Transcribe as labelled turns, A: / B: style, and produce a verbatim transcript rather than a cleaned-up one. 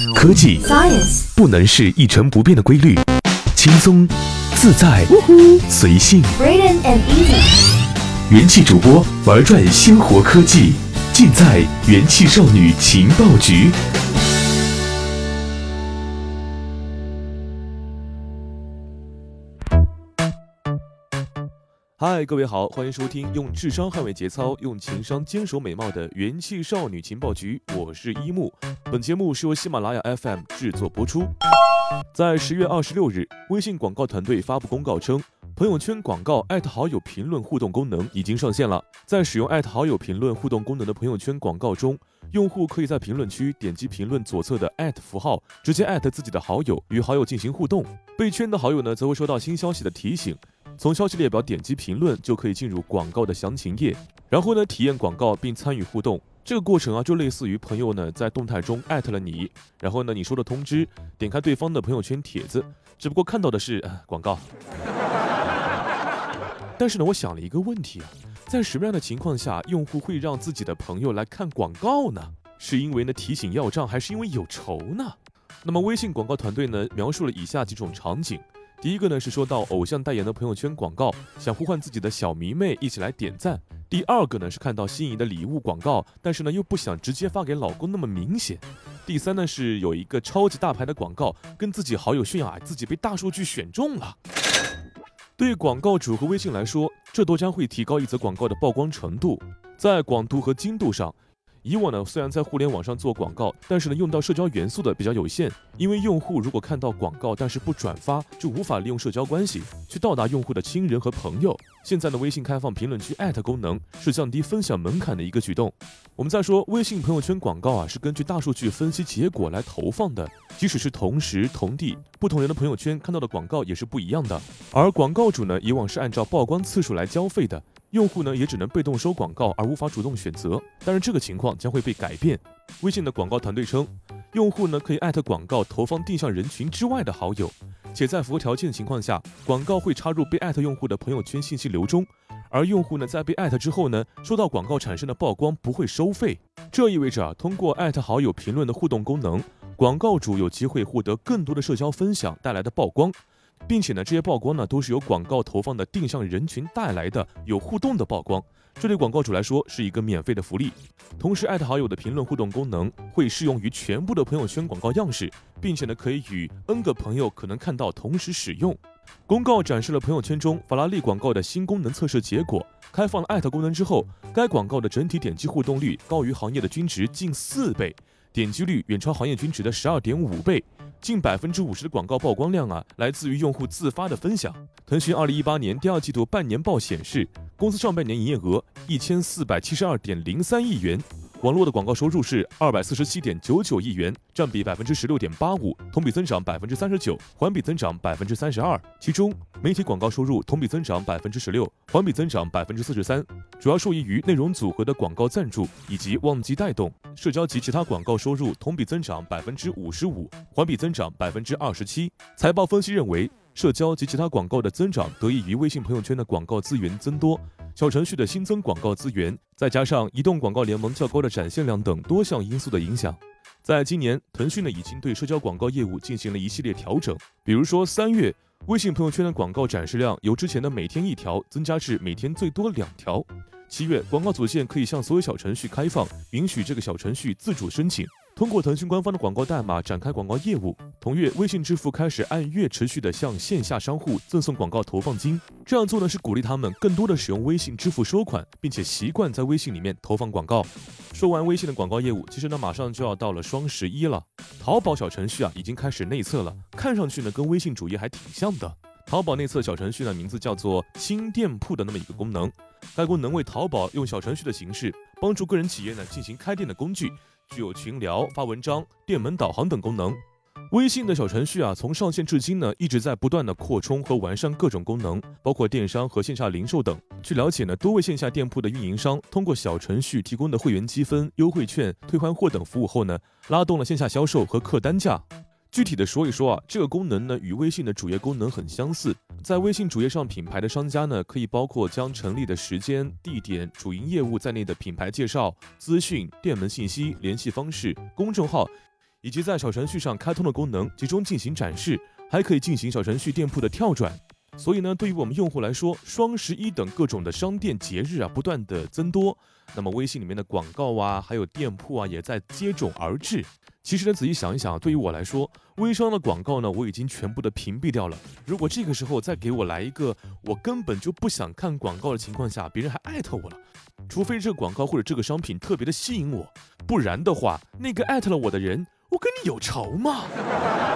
A: 科技
B: Science
A: 不能是一成不变的规律，轻松、自在、随性。
B: Braden and Easy
A: 元气主播玩转鲜活科技，尽在元气少女情报局。嗨，各位好，欢迎收听用智商捍卫节操，用情商坚守美貌的元气少女情报局，我是一木。本节目是由喜马拉雅 F M 制作播出。在十月二十六日，微信广告团队发布公告称，朋友圈广告艾特好友评论互动功能已经上线了。在使用艾特好友评论互动功能的朋友圈广告中，用户可以在评论区点击评论左侧的艾特符号，直接艾特自己的好友，与好友进行互动。被圈的好友呢，则会收到新消息的提醒。从消息列表点击评论，就可以进入广告的详情页，然后呢体验广告并参与互动。这个过程啊，就类似于朋友呢在动态中艾特了你，然后呢你收到通知，点开对方的朋友圈帖子，只不过看到的是、呃、广告。但是呢，我想了一个问题啊，在什么样的情况下，用户会让自己的朋友来看广告呢？是因为呢提醒要账，还是因为有仇呢？那么微信广告团队呢描述了以下几种场景。第一个呢是收到偶像代言的朋友圈广告，想呼唤自己的小迷妹一起来点赞。第二个呢是看到心仪的礼物广告，但是呢又不想直接发给老公那么明显。第三呢是有一个超级大牌的广告，跟自己好友炫耀自己被大数据选中了。对广告主和微信来说，这都将会提高一则广告的曝光程度。在广度和精度上，以往呢，虽然在互联网上做广告，但是呢，用到社交元素的比较有限，因为用户如果看到广告但是不转发，就无法利用社交关系去到达用户的亲人和朋友。现在呢，微信开放评论区艾特功能，是降低分享门槛的一个举动。我们再说，微信朋友圈广告啊，是根据大数据分析结果来投放的，即使是同时同地，不同人的朋友圈看到的广告也是不一样的。而广告主呢，以往是按照曝光次数来交费的。用户呢也只能被动收广告，而无法主动选择。但是这个情况将会被改变。微信的广告团队称，用户呢可以艾特广告投放定向人群之外的好友，且在符合条件的情况下，广告会插入被艾特用户的朋友圈信息流中。而用户呢在被艾特之后呢，收到广告产生的曝光不会收费。这意味着啊，通过艾特好友评论的互动功能，广告主有机会获得更多的社交分享带来的曝光。并且呢，这些曝光呢都是由广告投放的定向人群带来的有互动的曝光，这对广告主来说是一个免费的福利。同时，艾特好友的评论互动功能会适用于全部的朋友圈广告样式，并且呢可以与 N 个朋友可能看到同时使用。公告展示了朋友圈中法拉利广告的新功能测试结果，开放了艾特功能之后，该广告的整体点击互动率高于行业的均值近四倍，点击率远超行业均值的 十二点五倍。近百分之五十的广告曝光量啊，来自于用户自发的分享。腾讯二零一八年第二季度半年报显示，公司上半年营业额一千四百七十二点零三亿元，网络的广告收入是二百四十七点九九亿元，占比百分之十六点八五，同比增长百分之三十九，环比增长百分之三十二。其中，媒体广告收入同比增长百分之十六，环比增长百分之四十三，主要受益于内容组合的广告赞助以及旺季带动。社交及其他广告收入同比增长百分之五十五，环比增长百分之二十七。财报分析认为，社交及其他广告的增长得益于微信朋友圈的广告资源增多，小程序的新增广告资源，再加上移动广告联盟较高的展现量等多项因素的影响。在今年，腾讯呢已经对社交广告业务进行了一系列调整，比如说三月，微信朋友圈的广告展示量由之前的每天一条增加至每天最多两条。七月，广告组件可以向所有小程序开放，允许这个小程序自主申请，通过腾讯官方的广告代码展开广告业务。同月，微信支付开始按月持续的向线下商户赠送广告投放金，这样做呢是鼓励他们更多的使用微信支付收款，并且习惯在微信里面投放广告。说完微信的广告业务，其实呢马上就要到了双十一了。淘宝小程序啊已经开始内测了，看上去呢跟微信主页还挺像的。淘宝内测小程序呢名字叫做轻店铺的那么一个功能，该功能为淘宝用小程序的形式帮助个人企业呢进行开店的工具，具有群聊、发文章、店门导航等功能。微信的小程序啊，从上线至今呢，一直在不断的扩充和完善各种功能，包括电商和线下零售等。据了解呢，多位线下店铺的运营商通过小程序提供的会员积分、优惠券、退换货等服务后呢，拉动了线下销售和客单价。具体的说一说啊，这个功能呢与微信的主页功能很相似。在微信主页上，品牌的商家呢可以包括将成立的时间、地点、主营业务在内的品牌介绍、资讯、店门信息、联系方式、公众号以及在小程序上开通的功能集中进行展示，还可以进行小程序店铺的跳转。所以呢，对于我们用户来说，双十一等各种的商店节日啊不断的增多，那么微信里面的广告啊，还有店铺啊也在接踵而至。其实呢，仔细想一想，对于我来说，微商的广告呢我已经全部的屏蔽掉了。如果这个时候再给我来一个我根本就不想看广告的情况下，别人还艾特我了，除非这个广告或者这个商品特别的吸引我，不然的话，那个艾特了我的人，我跟你有仇吗？